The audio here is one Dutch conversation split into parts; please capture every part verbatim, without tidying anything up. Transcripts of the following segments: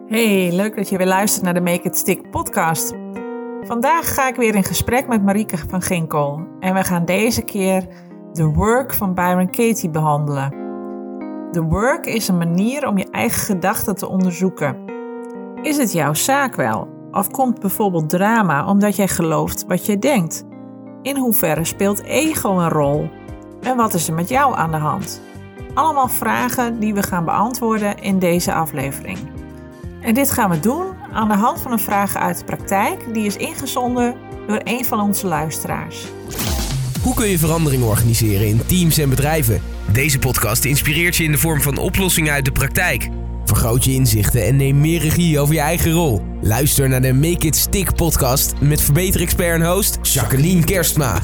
Hey, leuk dat je weer luistert naar de Make It Stick podcast. Vandaag ga ik weer in gesprek met Marieke van Ginkel. En we gaan deze keer The Work van Byron Katie behandelen. The Work is een manier om je eigen gedachten te onderzoeken. Is het jouw zaak wel? Of komt bijvoorbeeld drama omdat jij gelooft wat je denkt? In hoeverre speelt ego een rol? En wat is er met jou aan de hand? Allemaal vragen die we gaan beantwoorden in deze aflevering. En dit gaan we doen aan de hand van een vraag uit de praktijk die is ingezonden door een van onze luisteraars. Hoe kun je verandering organiseren in teams en bedrijven? Deze podcast inspireert je in de vorm van oplossingen uit de praktijk. Vergroot je inzichten en neem meer regie over je eigen rol. Luister naar de Make It Stick podcast met verbeterexpert en host Jacqueline Kerstma.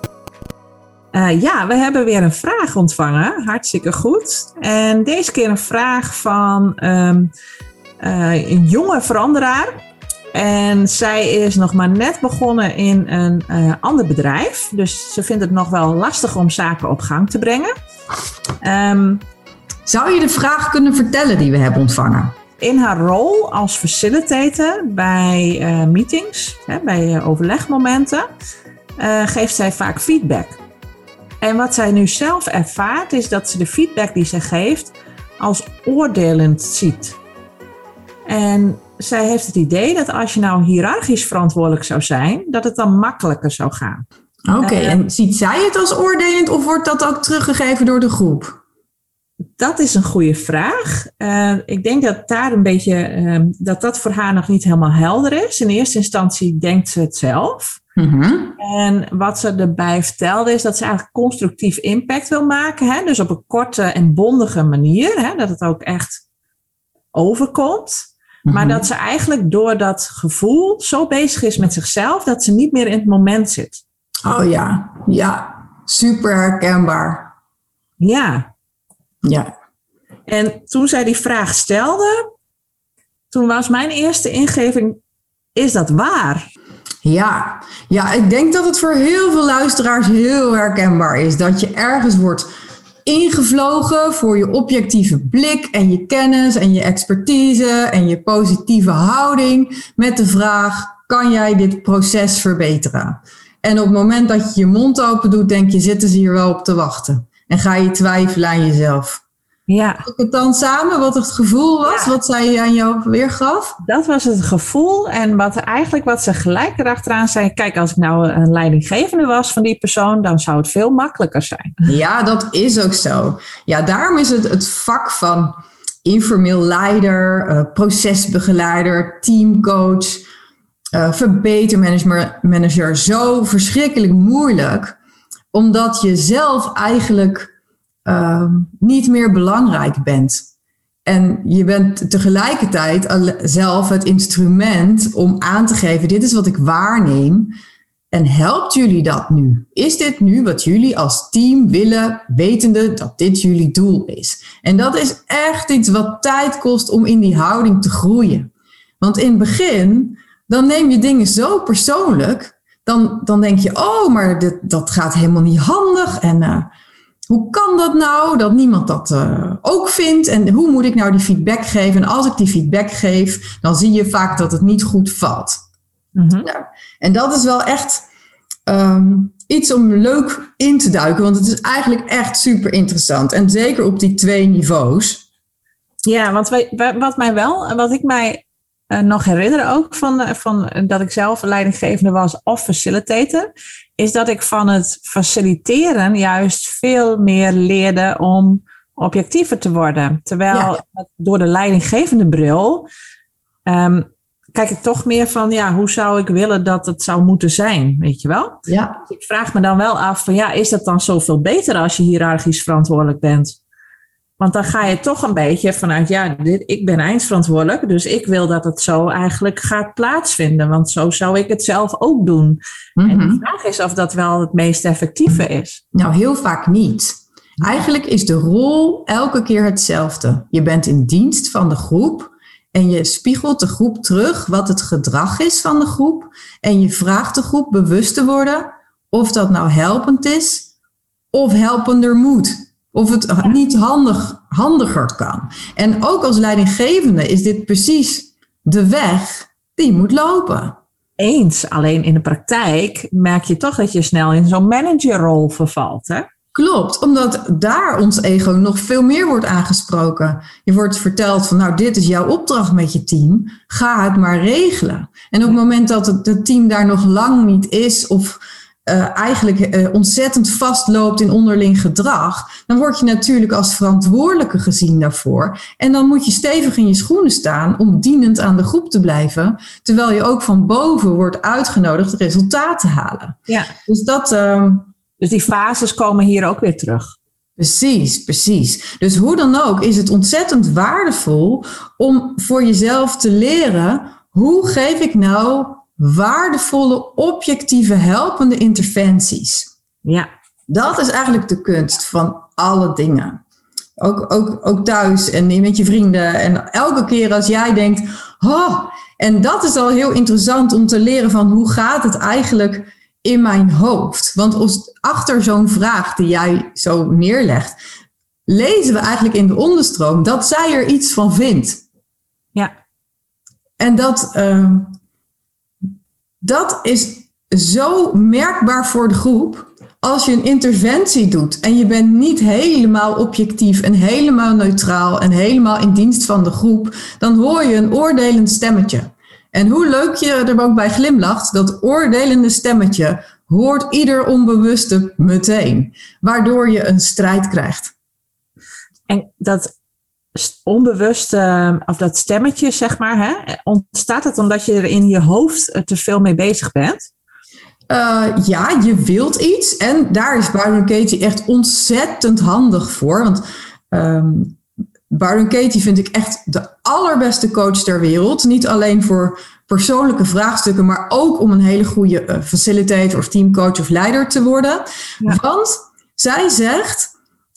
Uh, ja, we hebben weer een vraag ontvangen. Hartstikke goed. En deze keer een vraag van um, uh, een jonge veranderaar. En zij is nog maar net begonnen in een uh, ander bedrijf. Dus ze vindt het nog wel lastig om zaken op gang te brengen. Um, Zou je de vraag kunnen vertellen die we hebben ontvangen? In haar rol als facilitator bij uh, meetings, hè, bij uh, overlegmomenten, uh, geeft zij vaak feedback. En wat zij nu zelf ervaart is dat ze de feedback die ze geeft als oordelend ziet. En zij heeft het idee dat als je nou hiërarchisch verantwoordelijk zou zijn, dat het dan makkelijker zou gaan. Oké, okay, uh, en ziet zij het als oordelend of wordt dat ook teruggegeven door de groep? Dat is een goede vraag. Uh, ik denk dat daar een beetje, uh, dat dat voor haar nog niet helemaal helder is. In eerste instantie denkt ze het zelf. Mm-hmm. En wat ze erbij vertelde is dat ze eigenlijk constructief impact wil maken. Hè? Dus op een korte en bondige manier. Hè? Dat het ook echt overkomt. Mm-hmm. Maar dat ze eigenlijk door dat gevoel zo bezig is met zichzelf dat ze niet meer in het moment zit. Oh ja, ja, super herkenbaar. Ja. Ja. En toen zij die vraag stelde, toen was mijn eerste ingeving, is dat waar? Ja, ja, ik denk dat het voor heel veel luisteraars heel herkenbaar is. Dat je ergens wordt ingevlogen voor je objectieve blik en je kennis en je expertise en je positieve houding met de vraag, kan jij dit proces verbeteren? En op het moment dat je je mond open doet, denk je, zitten ze hier wel op te wachten? En ga je twijfelen aan jezelf. Ja. Had ik het dan samen wat het gevoel was, ja. Wat zij aan jou weergaf? Dat was het gevoel. En wat eigenlijk wat ze gelijk erachteraan zei, kijk, als ik nou een leidinggevende was van die persoon, dan zou het veel makkelijker zijn. Ja, dat is ook zo. Ja, daarom is het het vak van informeel leider, uh, procesbegeleider, teamcoach, uh, verbetermanager zo verschrikkelijk moeilijk. Omdat je zelf eigenlijk uh, niet meer belangrijk bent. En je bent tegelijkertijd zelf het instrument om aan te geven, dit is wat ik waarneem. En helpt jullie dat nu? Is dit nu wat jullie als team willen, wetende dat dit jullie doel is? En dat is echt iets wat tijd kost om in die houding te groeien. Want in het begin, dan neem je dingen zo persoonlijk. Dan, dan denk je, oh, maar dit, dat gaat helemaal niet handig. En uh, hoe kan dat nou, dat niemand dat uh, ook vindt? En hoe moet ik nou die feedback geven? En als ik die feedback geef, dan zie je vaak dat het niet goed valt. Mm-hmm. Nou, en dat is wel echt um, iets om leuk in te duiken. Want het is eigenlijk echt super interessant. En zeker op die twee niveaus. Ja, want wij, wat mij wel, wat ik mij... Uh, nog herinneren ook van, van dat ik zelf leidinggevende was of facilitator, is dat ik van het faciliteren juist veel meer leerde om objectiever te worden. Terwijl ja. door de leidinggevende bril um, kijk ik toch meer van, ja, hoe zou ik willen dat het zou moeten zijn, weet je wel? Ja. Ik vraag me dan wel af van, ja, is dat dan zoveel beter als je hiërarchisch verantwoordelijk bent? Want dan ga je toch een beetje vanuit, ja, dit, ik ben eindverantwoordelijk, dus ik wil dat het zo eigenlijk gaat plaatsvinden. Want zo zou ik het zelf ook doen. Mm-hmm. En de vraag is of dat wel het meest effectieve is. Nou, heel vaak niet. Eigenlijk is de rol elke keer hetzelfde. Je bent in dienst van de groep en je spiegelt de groep terug wat het gedrag is van de groep. En je vraagt de groep bewust te worden of dat nou helpend is of helpender moet. Of het niet handig, handiger kan. En ook als leidinggevende is dit precies de weg die je moet lopen. Eens, alleen in de praktijk merk je toch dat je snel in zo'n managerrol vervalt, hè? Klopt, omdat daar ons ego nog veel meer wordt aangesproken. Je wordt verteld van, nou, dit is jouw opdracht met je team. Ga het maar regelen. En op het moment dat het, het team daar nog lang niet is of uh, eigenlijk uh, ontzettend vastloopt in onderling gedrag, dan word je natuurlijk als verantwoordelijke gezien daarvoor. En dan moet je stevig in je schoenen staan om dienend aan de groep te blijven, terwijl je ook van boven wordt uitgenodigd resultaat te halen. Ja. Dus dat... Uh, Dus die fases komen hier ook weer terug. Precies, precies. Dus hoe dan ook is het ontzettend waardevol om voor jezelf te leren, hoe geef ik nou waardevolle, objectieve, helpende interventies? Ja. Dat is eigenlijk de kunst van alle dingen. Ook, ook, ook thuis en met je vrienden. En elke keer als jij denkt, oh, en dat is al heel interessant om te leren van hoe gaat het eigenlijk in mijn hoofd. Want als, achter zo'n vraag die jij zo neerlegt, lezen we eigenlijk in de onderstroom dat zij er iets van vindt. Ja. En dat, uh, dat is zo merkbaar voor de groep. Als je een interventie doet en je bent niet helemaal objectief en helemaal neutraal en helemaal in dienst van de groep, dan hoor je een oordelend stemmetje. En hoe leuk je er ook bij glimlacht, dat oordelende stemmetje hoort ieder onbewuste meteen. Waardoor je een strijd krijgt. En dat onbewuste, of dat stemmetje zeg maar, hè, ontstaat het omdat je er in je hoofd te veel mee bezig bent? Uh, ja, je wilt iets. En daar is Byron Katie echt ontzettend handig voor. Want um, Byron Katie vind ik echt de allerbeste coach ter wereld. Niet alleen voor persoonlijke vraagstukken, maar ook om een hele goede uh, facilitator of teamcoach of leider te worden. Ja. Want zij zegt,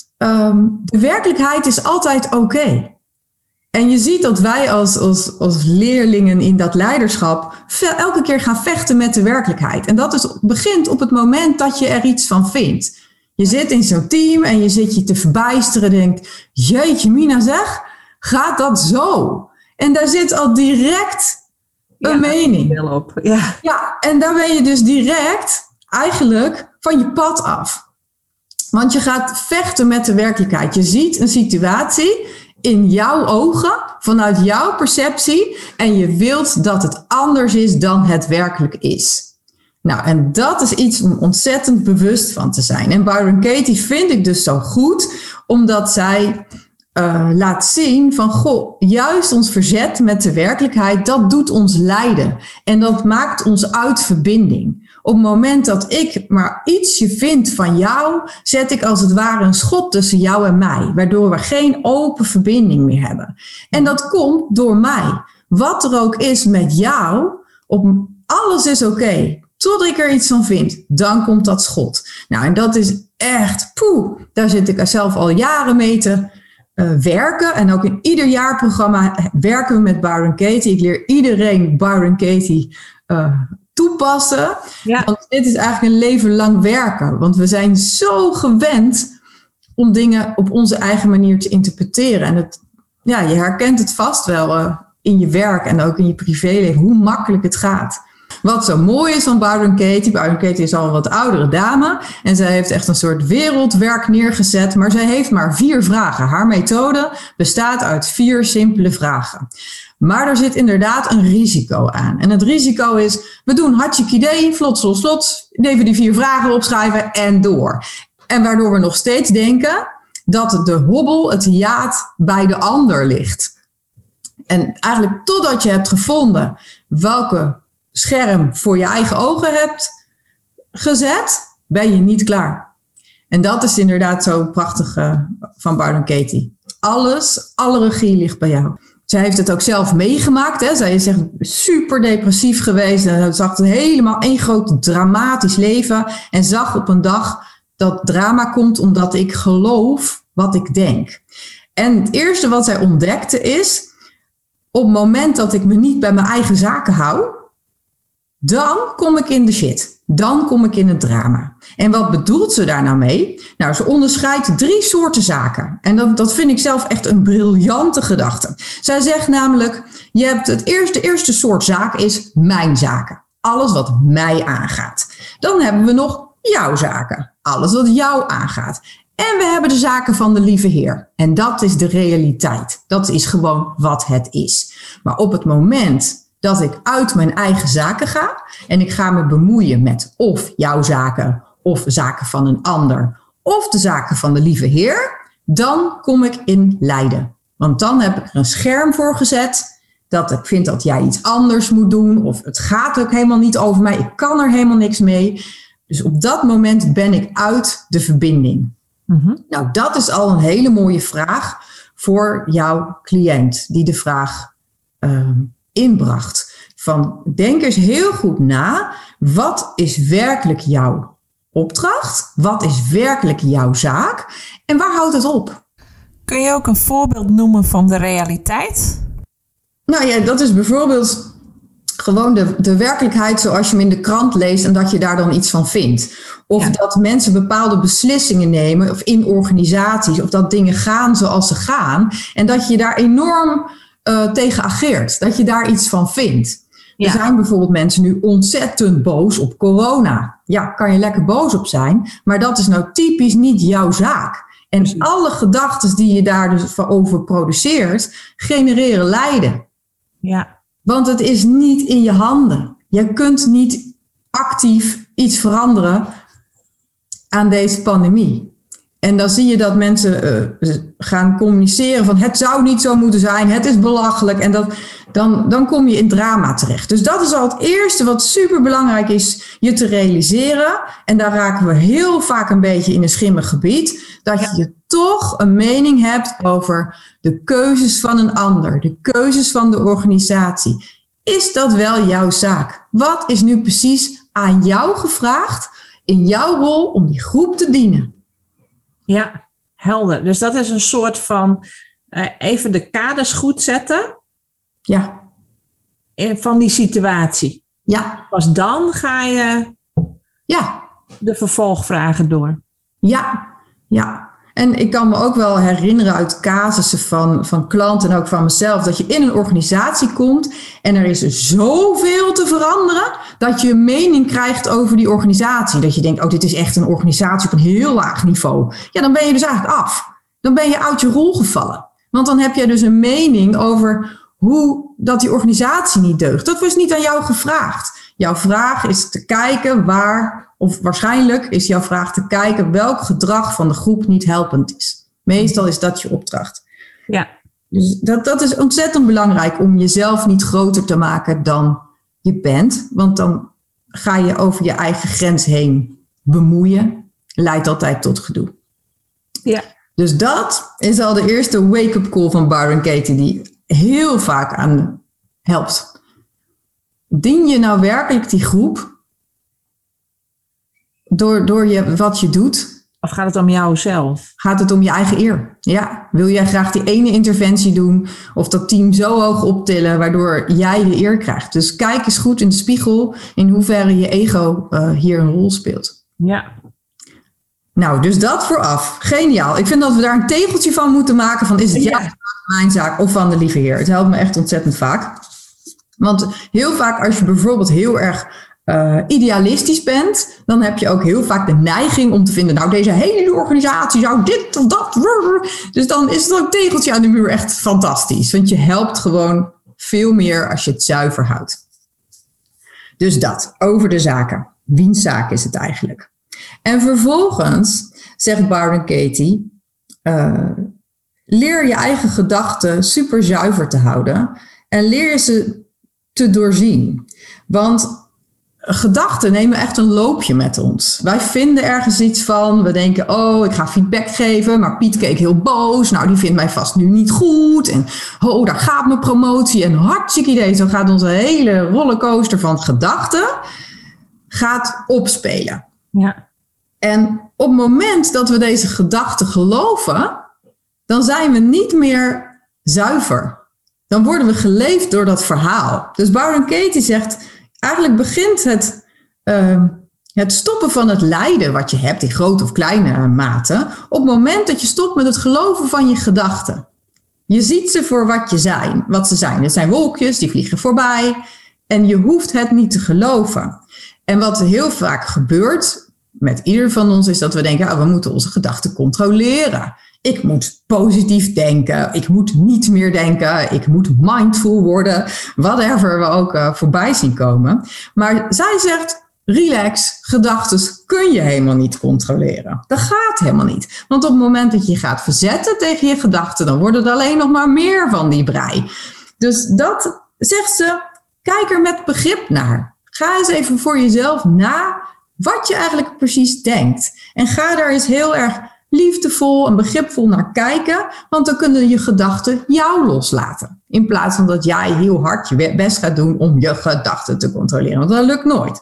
um, de werkelijkheid is altijd oké. Okay. En je ziet dat wij als, als, als leerlingen in dat leiderschap elke keer gaan vechten met de werkelijkheid. En dat is, begint op het moment dat je er iets van vindt. Je zit in zo'n team en je zit je te verbijsteren en denkt, jeetje mina zeg, gaat dat zo? En daar zit al direct een ja, mening. Op. Ja. ja, en daar ben je dus direct eigenlijk van je pad af. Want je gaat vechten met de werkelijkheid. Je ziet een situatie in jouw ogen, vanuit jouw perceptie, en je wilt dat het anders is dan het werkelijk is. Nou, en dat is iets om ontzettend bewust van te zijn. En Byron Katie vind ik dus zo goed, omdat zij uh, laat zien van, goh, juist ons verzet met de werkelijkheid, dat doet ons lijden. En dat maakt ons uit verbinding. Op het moment dat ik maar ietsje vind van jou, zet ik als het ware een schot tussen jou en mij, waardoor we geen open verbinding meer hebben. En dat komt door mij. Wat er ook is met jou, op, alles is oké. Okay. Tot ik er iets van vind, dan komt dat schot. Nou, en dat is echt, poeh, daar zit ik zelf al jaren mee te uh, werken. En ook in ieder jaarprogramma werken we met Byron Katie. Ik leer iedereen Byron Katie uh, toepassen. Ja. Want dit is eigenlijk een leven lang werken. Want we zijn zo gewend om dingen op onze eigen manier te interpreteren. En het, ja, je herkent het vast wel uh, in je werk en ook in je privéleven, hoe makkelijk het gaat. Wat zo mooi is van Byron Katie. Byron Katie is al een wat oudere dame. En zij heeft echt een soort wereldwerk neergezet. Maar zij heeft maar vier vragen. Haar methode bestaat uit vier simpele vragen. Maar er zit inderdaad een risico aan. En het risico is, we doen hartstikke idee, vlot, slot, slot. Even die vier vragen opschrijven en door. En waardoor we nog steeds denken dat de hobbel, het hiaat, bij de ander ligt. En eigenlijk totdat je hebt gevonden welke scherm voor je eigen ogen hebt gezet, ben je niet klaar. En dat is inderdaad zo prachtig uh, van Byron Katie. Alles, alle regie ligt bij jou. Zij heeft het ook zelf meegemaakt. Hè. Zij is echt super depressief geweest. En zag het helemaal één groot dramatisch leven. En zag op een dag dat drama komt omdat ik geloof wat ik denk. En het eerste wat zij ontdekte is, op het moment dat ik me niet bij mijn eigen zaken hou, dan kom ik in de shit. dan kom ik in het drama. En wat bedoelt ze daar nou mee? Nou, ze onderscheidt drie soorten zaken. En dat, dat vind ik zelf echt een briljante gedachte. Zij zegt namelijk, je hebt het eerste, de eerste soort zaak is mijn zaken. Alles wat mij aangaat. Dan hebben we nog jouw zaken. Alles wat jou aangaat. En we hebben de zaken van de lieve Heer. En dat is de realiteit. Dat is gewoon wat het is. Maar op het moment dat ik uit mijn eigen zaken ga en ik ga me bemoeien met of jouw zaken of zaken van een ander of de zaken van de lieve Heer, dan kom ik in lijden. Want dan heb ik er een scherm voor gezet dat ik vind dat jij iets anders moet doen of het gaat ook helemaal niet over mij, ik kan er helemaal niks mee. Dus op dat moment ben ik uit de verbinding. Mm-hmm. Nou, dat is al een hele mooie vraag voor jouw cliënt die de vraag uh, inbracht. Van denk eens heel goed na, wat is werkelijk jouw opdracht? Wat is werkelijk jouw zaak? En waar houdt het op? Kun je ook een voorbeeld noemen van de realiteit? Nou ja, dat is bijvoorbeeld gewoon de, de werkelijkheid zoals je hem in de krant leest en dat je daar dan iets van vindt. Of ja. dat mensen bepaalde beslissingen nemen of in organisaties of dat dingen gaan zoals ze gaan. En dat je daar enorm uh, tegen ageert. Dat je daar iets van vindt. Ja. Er zijn bijvoorbeeld mensen nu ontzettend boos op corona. Ja, kan je lekker boos op zijn. Maar dat is nou typisch niet jouw zaak. En Precies. alle gedachten die je daar dus over produceert, genereren lijden. Ja. Want het is niet in je handen. Je kunt niet actief iets veranderen aan deze pandemie. En dan zie je dat mensen uh, gaan communiceren van het zou niet zo moeten zijn, het is belachelijk. En dat, dan, dan kom je in drama terecht. Dus dat is al het eerste wat super belangrijk is je te realiseren. En daar raken we heel vaak een beetje in een schimmig gebied. Dat je ja. toch een mening hebt over de keuzes van een ander. De keuzes van de organisatie. Is dat wel jouw zaak? Wat is nu precies aan jou gevraagd in jouw rol om die groep te dienen? Ja, helder. Dus dat is een soort van uh, even de kaders goed zetten. Ja. Van die situatie. Ja. Pas dan ga je ja. de vervolgvragen door. Ja, ja. En ik kan me ook wel herinneren uit casussen van, van klanten en ook van mezelf, dat je in een organisatie komt en er is zoveel te veranderen, dat je een mening krijgt over die organisatie. Dat je denkt, oh, dit is echt een organisatie op een heel laag niveau. Ja, dan ben je dus eigenlijk af. Dan ben je uit je rol gevallen. Want dan heb jij dus een mening over hoe dat die organisatie niet deugt. Dat was niet aan jou gevraagd. Jouw vraag is te kijken waar, of waarschijnlijk is jouw vraag te kijken welk gedrag van de groep niet helpend is. Meestal is dat je opdracht. Ja. Dus dat, dat is ontzettend belangrijk om jezelf niet groter te maken dan je bent. Want dan ga je over je eigen grens heen bemoeien. Leidt altijd tot gedoe. Ja. Dus dat is al de eerste wake-up call van Byron Katie die heel vaak aan helpt. Dien je nou werkelijk die groep door, door je, wat je doet? Of gaat het om jou zelf? Gaat het om je eigen eer? Ja. Wil jij graag die ene interventie doen of dat team zo hoog optillen waardoor jij de eer krijgt? Dus kijk eens goed in de spiegel in hoeverre je ego uh, hier een rol speelt. Ja. Nou, dus dat vooraf. Geniaal. Ik vind dat we daar een tegeltje van moeten maken van is het ja. jouw zaak, mijn zaak of van de lieve Heer. Het helpt me echt ontzettend vaak. Want heel vaak als je bijvoorbeeld heel erg uh, idealistisch bent, dan heb je ook heel vaak de neiging om te vinden, nou deze hele organisatie zou dit of dat. Dus dan is het ook tegeltje aan de muur echt fantastisch. Want je helpt gewoon veel meer als je het zuiver houdt. Dus dat, over de zaken. Wiens zaak is het eigenlijk? En vervolgens zegt Byron Katie, uh, leer je eigen gedachten super zuiver te houden en leer je ze te doorzien. Want gedachten nemen echt een loopje met ons. Wij vinden ergens iets van, we denken, oh, ik ga feedback geven, maar Piet keek heel boos, nou die vindt mij vast nu niet goed en oh, daar gaat mijn promotie en hartstikke idee. Zo gaat onze hele rollercoaster van gedachten gaat opspelen. Ja. En op het moment dat we deze gedachten geloven, dan zijn we niet meer zuiver. Dan worden we geleefd door dat verhaal. Dus Byron Katie zegt, eigenlijk begint het uh, Het stoppen van het lijden wat je hebt in grote of kleine mate, op het moment dat je stopt met het geloven van je gedachten. Je ziet ze voor wat, je zijn, wat ze zijn. Het zijn wolkjes, die vliegen voorbij en je hoeft het niet te geloven. En wat heel vaak gebeurt met ieder van ons is dat we denken, ja, we moeten onze gedachten controleren. Ik moet positief denken, ik moet niet meer denken, ik moet mindful worden, whatever we ook uh, voorbij zien komen. Maar zij zegt, relax, gedachten kun je helemaal niet controleren. Dat gaat helemaal niet. Want op het moment dat je gaat verzetten tegen je gedachten, dan wordt het alleen nog maar meer van die brei. Dus dat, zegt ze, kijk er met begrip naar. Ga eens even voor jezelf na wat je eigenlijk precies denkt. En ga daar eens heel erg liefdevol en begripvol naar kijken, want dan kunnen je gedachten jou loslaten. In plaats van dat jij heel hard je best gaat doen om je gedachten te controleren, want dat lukt nooit.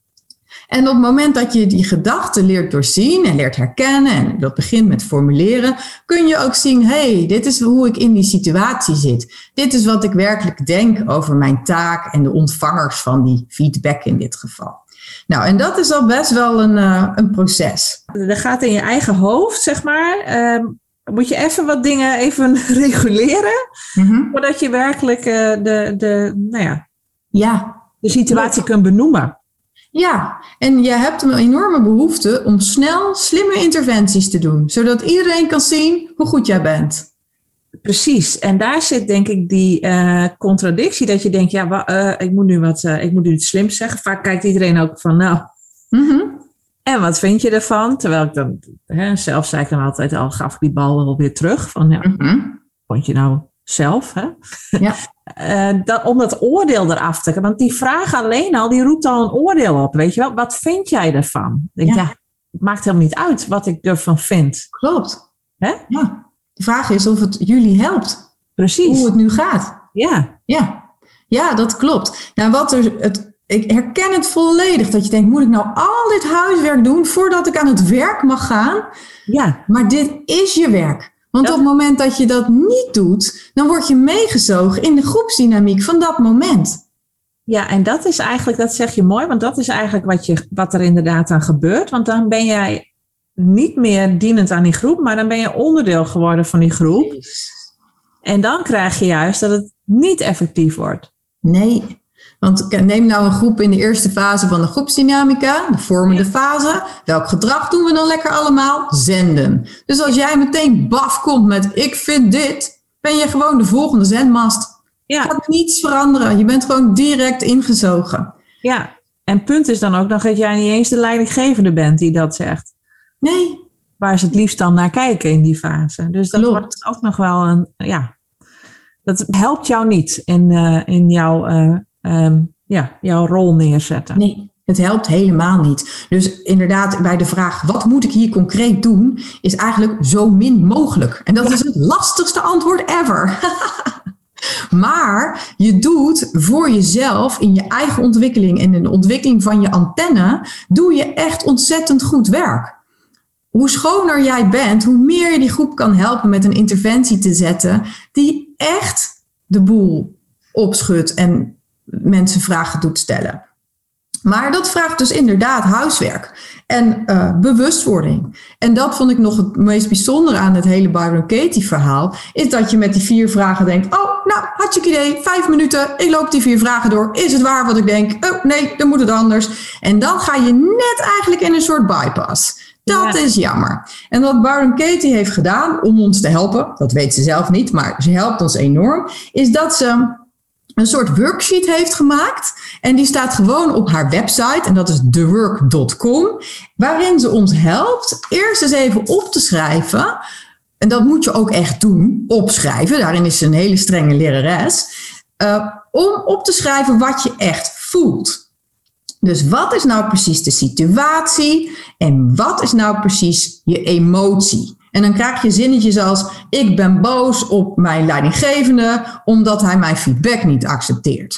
En op het moment dat je die gedachten leert doorzien en leert herkennen, en dat begint met formuleren, kun je ook zien, hé, hey, dit is hoe ik in die situatie zit. Dit is wat ik werkelijk denk over mijn taak en de ontvangers van die feedback in dit geval. Nou, en dat is al best wel een, uh, een proces. Er gaat in je eigen hoofd, zeg maar, uh, moet je even wat dingen even reguleren, mm-hmm. voordat je werkelijk uh, de, de, nou ja, ja, de situatie kunt benoemen. Ja, en je hebt een enorme behoefte om snel slimme interventies te doen, zodat iedereen kan zien hoe goed jij bent. Precies, en daar zit denk ik die uh, contradictie dat je denkt, ja, wa, uh, ik moet nu wat, uh, ik moet nu iets slims zeggen. Vaak kijkt iedereen ook van, nou, mm-hmm. en wat vind je ervan? Terwijl ik dan, hè, zelf zei ik dan altijd, al gaf ik die bal wel weer terug. Van, ja, mm-hmm. vond je nou zelf, hè? Ja. uh, dat, om dat oordeel eraf te, want die vraag alleen al, die roept al een oordeel op, weet je wel? Wat vind jij ervan? Ik denk, ja. ja, het maakt helemaal niet uit wat ik ervan vind. Klopt. Hè? Ja. De vraag is of het jullie helpt. Precies. Hoe het nu gaat. Ja. Ja, ja, dat klopt. Nou, wat er, het, ik herken het volledig. Dat je denkt, moet ik nou al dit huiswerk doen voordat ik aan het werk mag gaan? Ja. Maar dit is je werk. Want ja. op het moment dat je dat niet doet, dan word je meegezogen in de groepsdynamiek van dat moment. Ja, en dat is eigenlijk, dat zeg je mooi, want dat is eigenlijk wat, je, wat er inderdaad aan gebeurt. Want dan ben jij niet meer dienend aan die groep, maar dan ben je onderdeel geworden van die groep. En dan krijg je juist dat het niet effectief wordt. Nee, want neem nou een groep in de eerste fase van de groepsdynamica, de vormende fase. Welk gedrag doen we dan lekker allemaal? Zenden. Dus als jij meteen baf komt met ik vind dit, ben je gewoon de volgende zendmast. Ja. Gaat niets veranderen. Je bent gewoon direct ingezogen. Ja, en punt is dan ook nog dat jij niet eens de leidinggevende bent die dat zegt. Nee. Waar ze het liefst dan naar kijken in die fase. Dus dat Klopt. Wordt ook nog wel een, ja, dat helpt jou niet in, uh, in jouw, uh, um, ja, jouw rol neerzetten. Nee, het helpt helemaal niet. Dus inderdaad, bij de vraag, wat moet ik hier concreet doen, is eigenlijk zo min mogelijk. En dat ja. is het lastigste antwoord ever. Maar je doet voor jezelf in je eigen ontwikkeling en in de ontwikkeling van je antenne, doe je echt ontzettend goed werk. Hoe schoner jij bent, hoe meer je die groep kan helpen met een interventie te zetten die echt de boel opschudt en mensen vragen doet stellen. Maar dat vraagt dus inderdaad huiswerk en uh, bewustwording. En dat vond ik nog het meest bijzondere aan het hele Byron Katie verhaal, is dat je met die vier vragen denkt, oh, nou, hartstikke idee, vijf minuten, ik loop die vier vragen door. Is het waar wat ik denk? Oh, nee, dan moet het anders. En dan ga je net eigenlijk in een soort bypass. Dat ja. is jammer. En wat Byron Katie heeft gedaan om ons te helpen, dat weet ze zelf niet, maar ze helpt ons enorm, is dat ze een soort worksheet heeft gemaakt. En die staat gewoon op haar website, en dat is the work dot com, waarin ze ons helpt eerst eens even op te schrijven. En dat moet je ook echt doen, opschrijven. Daarin is ze een hele strenge lerares. Uh, om op te schrijven wat je echt voelt. Dus wat is nou precies de situatie en wat is nou precies je emotie? En dan krijg je zinnetjes als, ik ben boos op mijn leidinggevende omdat hij mijn feedback niet accepteert.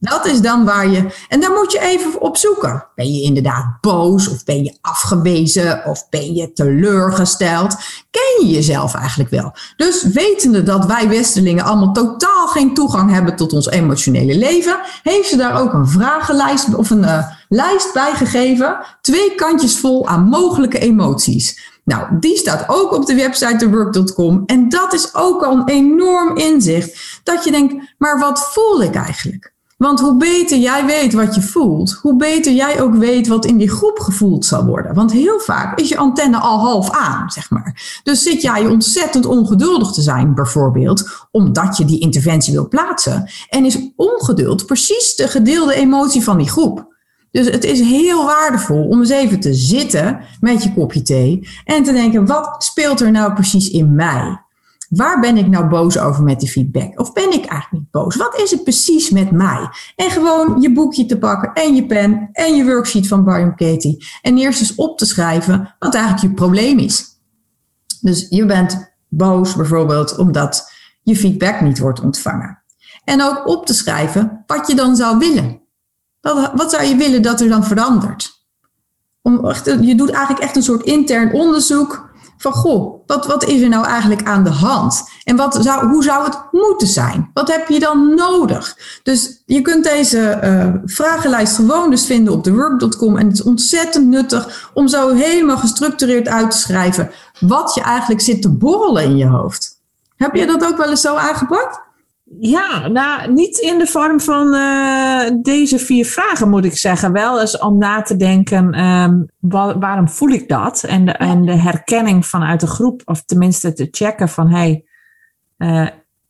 Dat is dan waar je... En daar moet je even op zoeken. Ben je inderdaad boos? Of ben je afgewezen? Of ben je teleurgesteld? Ken je jezelf eigenlijk wel? Dus wetende dat wij Westelingen allemaal totaal geen toegang hebben tot ons emotionele leven, heeft ze daar ook een vragenlijst of een uh, lijst bij gegeven. Twee kantjes vol aan mogelijke emoties. Nou, die staat ook op de website the work dot com. En dat is ook al een enorm inzicht. Dat je denkt, maar wat voel ik eigenlijk? Want hoe beter jij weet wat je voelt, hoe beter jij ook weet wat in die groep gevoeld zal worden. Want heel vaak is je antenne al half aan, zeg maar. Dus zit jij ontzettend ongeduldig te zijn, bijvoorbeeld, omdat je die interventie wil plaatsen. En is ongeduld precies de gedeelde emotie van die groep. Dus het is heel waardevol om eens even te zitten met je kopje thee en te denken, wat speelt er nou precies in mij? Waar ben ik nou boos over met die feedback? Of ben ik eigenlijk niet boos? Wat is het precies met mij? En gewoon je boekje te pakken en je pen en je worksheet van Byron Katie. En eerst eens op te schrijven wat eigenlijk je probleem is. Dus je bent boos bijvoorbeeld omdat je feedback niet wordt ontvangen. En ook op te schrijven wat je dan zou willen. Wat, wat zou je willen dat er dan verandert? Om echt, je doet eigenlijk echt een soort intern onderzoek van, goh, wat, wat is er nou eigenlijk aan de hand? En wat zou, hoe zou het moeten zijn? Wat heb je dan nodig? Dus je kunt deze uh, vragenlijst gewoon dus vinden op the work dot com. En het is ontzettend nuttig om zo helemaal gestructureerd uit te schrijven wat je eigenlijk zit te borrelen in je hoofd. Heb je dat ook wel eens zo aangepakt? Ja, nou, niet in de vorm van uh, deze vier vragen, moet ik zeggen. Wel eens om na te denken, um, wa- waarom voel ik dat? En de, ja. en de herkenning vanuit de groep, of tenminste te checken van, hey, uh,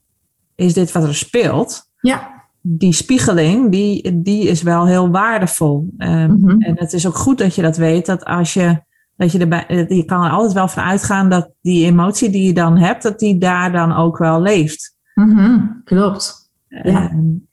is dit wat er speelt? Ja. Die spiegeling, die, die is wel heel waardevol. Um, mm-hmm. En het is ook goed dat je dat weet, dat als je, dat je erbij, je kan er altijd wel van uitgaan dat die emotie die je dan hebt, dat die daar dan ook wel leeft. Mm-hmm, klopt. Ja. Um,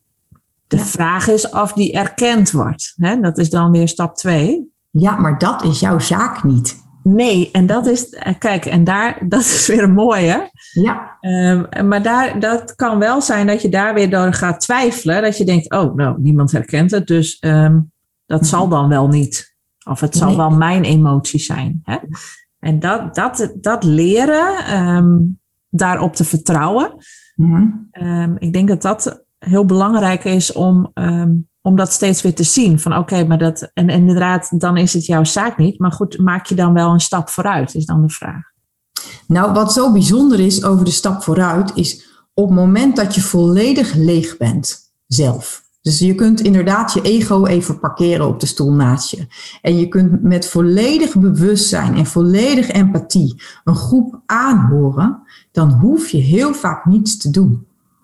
de ja. vraag is of die erkend wordt. Hè? Dat is dan weer stap twee. Ja, maar dat is jouw zaak niet. Nee, en dat is, kijk, en daar, dat is weer een mooie. Ja. Um, maar daar, dat kan wel zijn dat je daar weer door gaat twijfelen. Dat je denkt, oh, nou, niemand herkent het, dus um, dat mm-hmm. zal dan wel niet. Of het zal nee. wel mijn emotie zijn. Hè? En dat, dat, dat leren, um, daarop te vertrouwen. Mm-hmm. Um, ik denk dat dat heel belangrijk is om, um, om dat steeds weer te zien. Van oké, okay, maar dat, en, en inderdaad, dan is het jouw zaak niet. Maar goed, maak je dan wel een stap vooruit, is dan de vraag. Nou, wat zo bijzonder is over de stap vooruit, is op het moment dat je volledig leeg bent, zelf. Dus je kunt inderdaad je ego even parkeren op de stoel naast je. En je kunt met volledig bewustzijn en volledig empathie een groep aanhoren, dan hoef je heel vaak niets te doen.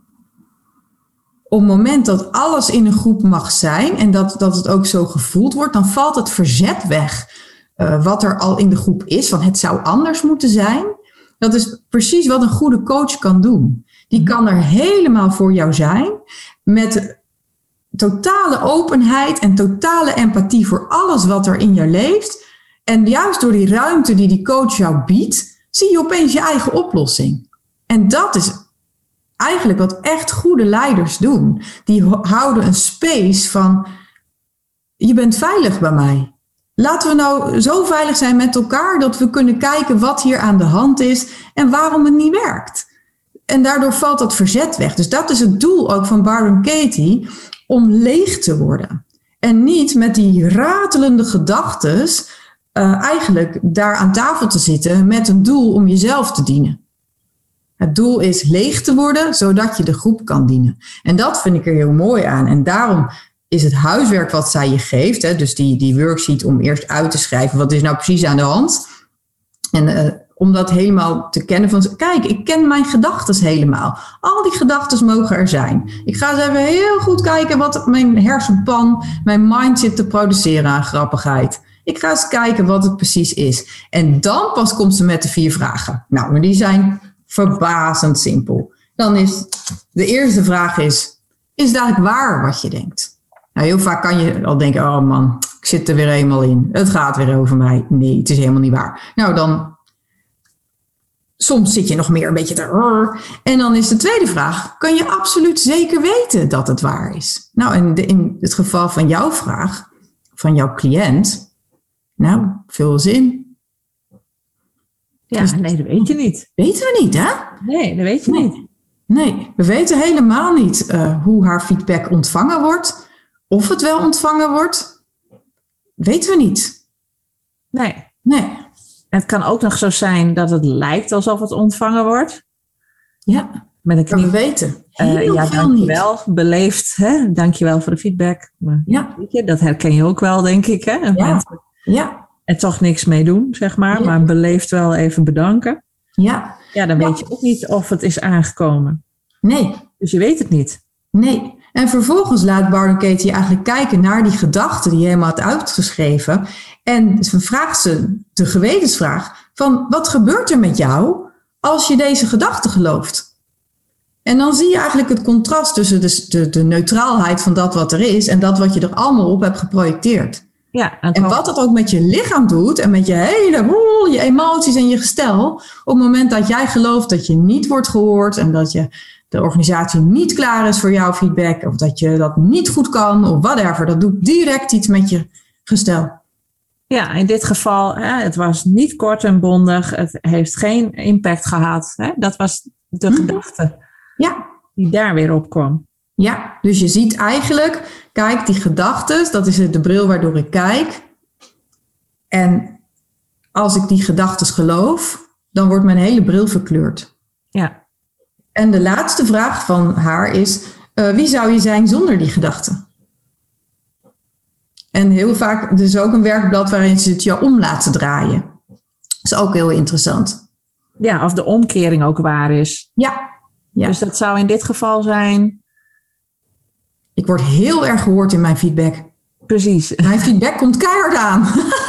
Op het moment dat alles in een groep mag zijn en dat, dat het ook zo gevoeld wordt, dan valt het verzet weg uh, wat er al in de groep is, van het zou anders moeten zijn. Dat is precies wat een goede coach kan doen. Die kan er helemaal voor jou zijn met totale openheid en totale empathie voor alles wat er in je leeft. En juist door die ruimte die die coach jou biedt, zie je opeens je eigen oplossing. En dat is eigenlijk wat echt goede leiders doen. Die houden een space van, je bent veilig bij mij. Laten we nou zo veilig zijn met elkaar dat we kunnen kijken wat hier aan de hand is en waarom het niet werkt. En daardoor valt dat verzet weg. Dus dat is het doel ook van Byron Katie, om leeg te worden. En niet met die ratelende gedachtes uh, eigenlijk daar aan tafel te zitten met een doel om jezelf te dienen. Het doel is leeg te worden, zodat je de groep kan dienen. En dat vind ik er heel mooi aan. En daarom is het huiswerk wat zij je geeft, hè, dus die, die worksheet om eerst uit te schrijven, wat is nou precies aan de hand? En uh, om dat helemaal te kennen van, kijk, ik ken mijn gedachten helemaal. Al die gedachten mogen er zijn. Ik ga eens even heel goed kijken wat mijn hersenpan, mijn mind zit te produceren aan grappigheid. Ik ga eens kijken wat het precies is. En dan pas komt ze met de vier vragen. Nou, maar die zijn verbazend simpel. Dan is, de eerste vraag is, is het eigenlijk waar wat je denkt? Nou, heel vaak kan je al denken, oh man, ik zit er weer eenmaal in. Het gaat weer over mij. Nee, het is helemaal niet waar. Nou, dan soms zit je nog meer een beetje te... En dan is de tweede vraag, kan je absoluut zeker weten dat het waar is? Nou, in, de, in het geval van jouw vraag, van jouw cliënt, nou, vul eens in. Ja, dus, nee, dat weet je niet. Weten we niet, hè? Nee, dat weet je nee. niet. Nee, we weten helemaal niet uh, hoe haar feedback ontvangen wordt. Of het wel ontvangen wordt, weten we niet. Nee. Nee. Het kan ook nog zo zijn dat het lijkt alsof het ontvangen wordt. Ja, met een knie. We weten heel uh, ja, veel dankjewel, niet. Beleefd. Hè? Dankjewel voor de feedback. Maar, ja. weet je, dat herken je ook wel, denk ik. Hè? En ja. mensen ja. er toch niks mee doen, zeg maar. Ja. Maar beleefd wel even bedanken. Ja. Ja, dan ja. weet je ook niet of het is aangekomen. Nee. Dus je weet het niet. Nee. En vervolgens laat Byron Katie eigenlijk kijken naar die gedachten die je helemaal had uitgeschreven. En ze vraagt ze de gewetensvraag van wat gebeurt er met jou als je deze gedachten gelooft? En dan zie je eigenlijk het contrast tussen de, de, de neutraalheid van dat wat er is en dat wat je er allemaal op hebt geprojecteerd. Ja, en wat dat ook met je lichaam doet en met je hele, woe, je emoties en je gestel. Op het moment dat jij gelooft dat je niet wordt gehoord en dat je de organisatie niet klaar is voor jouw feedback of dat je dat niet goed kan of whatever. Dat doet direct iets met je gestel. Ja, in dit geval, hè, het was niet kort en bondig. Het heeft geen impact gehad. Hè? Dat was de hm. gedachte ja. die daar weer op kwam. Ja, dus je ziet eigenlijk, kijk, die gedachten, dat is de bril waardoor ik kijk. En als ik die gedachten geloof, dan wordt mijn hele bril verkleurd. Ja. En de laatste vraag van haar is, uh, wie zou je zijn zonder die gedachten? En heel vaak, er is ook een werkblad waarin ze het je om laten draaien. Dat is ook heel interessant. Ja, of de omkering ook waar is. Ja. ja. Dus dat zou in dit geval zijn... Ik word heel erg gehoord in mijn feedback. Precies. Mijn feedback komt keihard aan.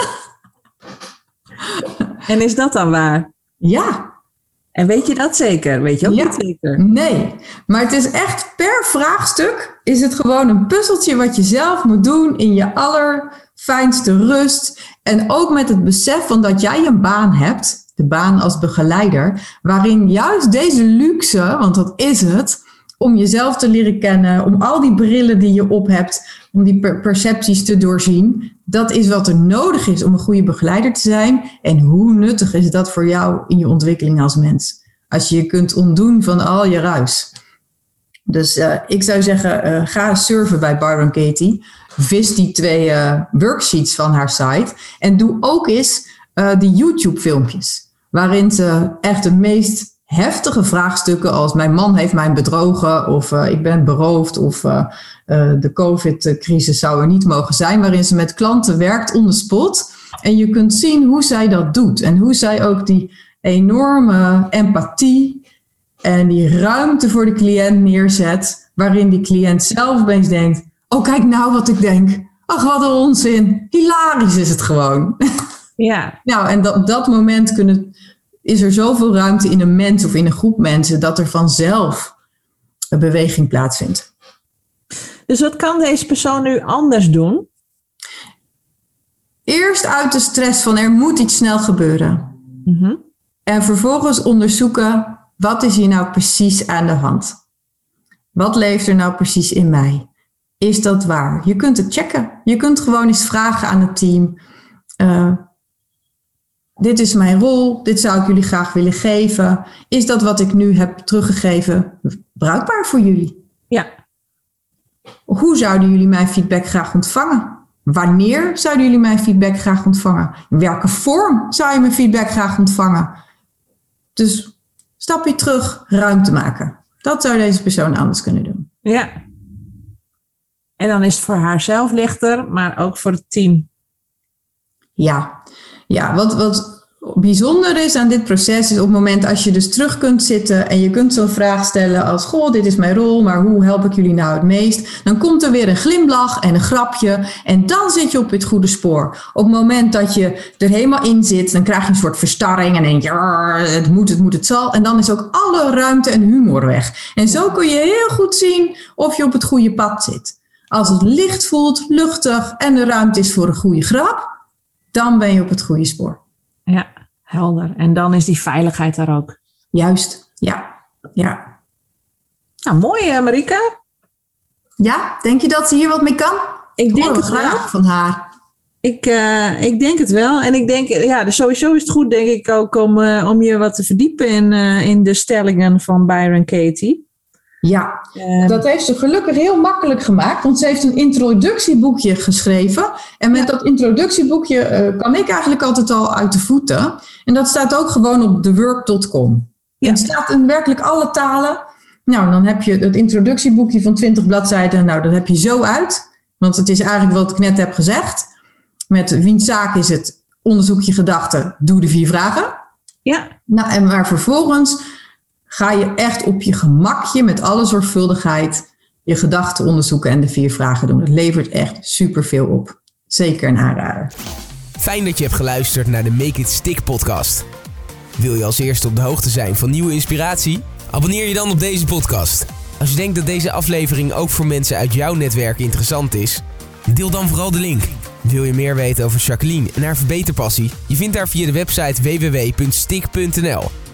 En is dat dan waar? Ja. En weet je dat zeker? Weet je ook ja. niet zeker? Nee, maar het is echt per vraagstuk is het gewoon een puzzeltje wat je zelf moet doen in je allerfijnste rust. En ook met het besef van dat jij een baan hebt, de baan als begeleider, waarin juist deze luxe, want dat is het, om jezelf te leren kennen, om al die brillen die je op hebt, om die per- percepties te doorzien, dat is wat er nodig is om een goede begeleider te zijn. En hoe nuttig is dat voor jou in je ontwikkeling als mens? Als je je kunt ontdoen van al je ruis. Dus uh, ik zou zeggen, uh, ga surfen bij Byron Katie. Vis die twee uh, worksheets van haar site. En doe ook eens uh, die YouTube filmpjes. Waarin ze echt de meest heftige vraagstukken als mijn man heeft mij bedrogen of uh, ik ben beroofd of uh, uh, de COVID-crisis zou er niet mogen zijn. Waarin ze met klanten werkt on the spot. En je kunt zien hoe zij dat doet. En hoe zij ook die enorme empathie en die ruimte voor de cliënt neerzet. Waarin die cliënt zelf opeens denkt, oh kijk nou wat ik denk. Ach wat een onzin. Hilarisch is het gewoon. Ja. Nou en dat, op dat moment kunnen... is er zoveel ruimte in een mens of in een groep mensen dat er vanzelf een beweging plaatsvindt. Dus wat kan deze persoon nu anders doen? Eerst uit de stress van er moet iets snel gebeuren. Mm-hmm. En vervolgens onderzoeken, wat is hier nou precies aan de hand? Wat leeft er nou precies in mij? Is dat waar? Je kunt het checken. Je kunt gewoon eens vragen aan het team. Uh, Dit is mijn rol, dit zou ik jullie graag willen geven. Is dat wat ik nu heb teruggegeven bruikbaar voor jullie? Ja. Hoe zouden jullie mijn feedback graag ontvangen? Wanneer zouden jullie mijn feedback graag ontvangen? In welke vorm zou je mijn feedback graag ontvangen? Dus stapje terug, ruimte maken. Dat zou deze persoon anders kunnen doen. Ja. En dan is het voor haarzelf lichter, maar ook voor het team. Ja. Ja, wat, wat bijzonder is aan dit proces is op het moment als je dus terug kunt zitten en je kunt zo'n vraag stellen als, goh, dit is mijn rol, maar hoe help ik jullie nou het meest? Dan komt er weer een glimlach en een grapje en dan zit je op het goede spoor. Op het moment dat je er helemaal in zit, dan krijg je een soort verstarring en denk je, het moet, het moet, het zal. En dan is ook alle ruimte en humor weg. En zo kun je heel goed zien of je op het goede pad zit. Als het licht voelt, luchtig en de ruimte is voor een goede grap, dan ben je op het goede spoor. Ja, helder. En dan is die veiligheid er ook. Juist, ja. ja. Nou, mooi uh, Marieke. Ja, denk je dat ze hier wat mee kan? Ik denk het graag wel. van haar. Ik, uh, ik denk het wel. En ik denk, ja, dus sowieso is het goed, denk ik, ook om, uh, om je wat te verdiepen in, uh, in de stellingen van Byron Katie. Ja, Uh, dat heeft ze gelukkig heel makkelijk gemaakt, want ze heeft een introductieboekje geschreven. En met Ja. dat introductieboekje uh, kan ik eigenlijk altijd al uit de voeten. En dat staat ook gewoon op the work dot com. Ja. Het staat in werkelijk alle talen. Nou, dan heb je het introductieboekje van twintig bladzijden. Nou, dat heb je zo uit. Want het is eigenlijk wat ik net heb gezegd. Met wiens zaak is het? Onderzoek je gedachten, doe de vier vragen. ja, Nou, en maar vervolgens ga je echt op je gemakje met alle zorgvuldigheid je gedachten onderzoeken en de vier vragen doen. Het levert echt superveel op. Zeker een aanrader. Fijn dat je hebt geluisterd naar de Make It Stick podcast. Wil je als eerste op de hoogte zijn van nieuwe inspiratie? Abonneer je dan op deze podcast. Als je denkt dat deze aflevering ook voor mensen uit jouw netwerk interessant is, deel dan vooral de link. Wil je meer weten over Jacqueline en haar verbeterpassie? Je vindt haar via de website w w w punt stick punt n l.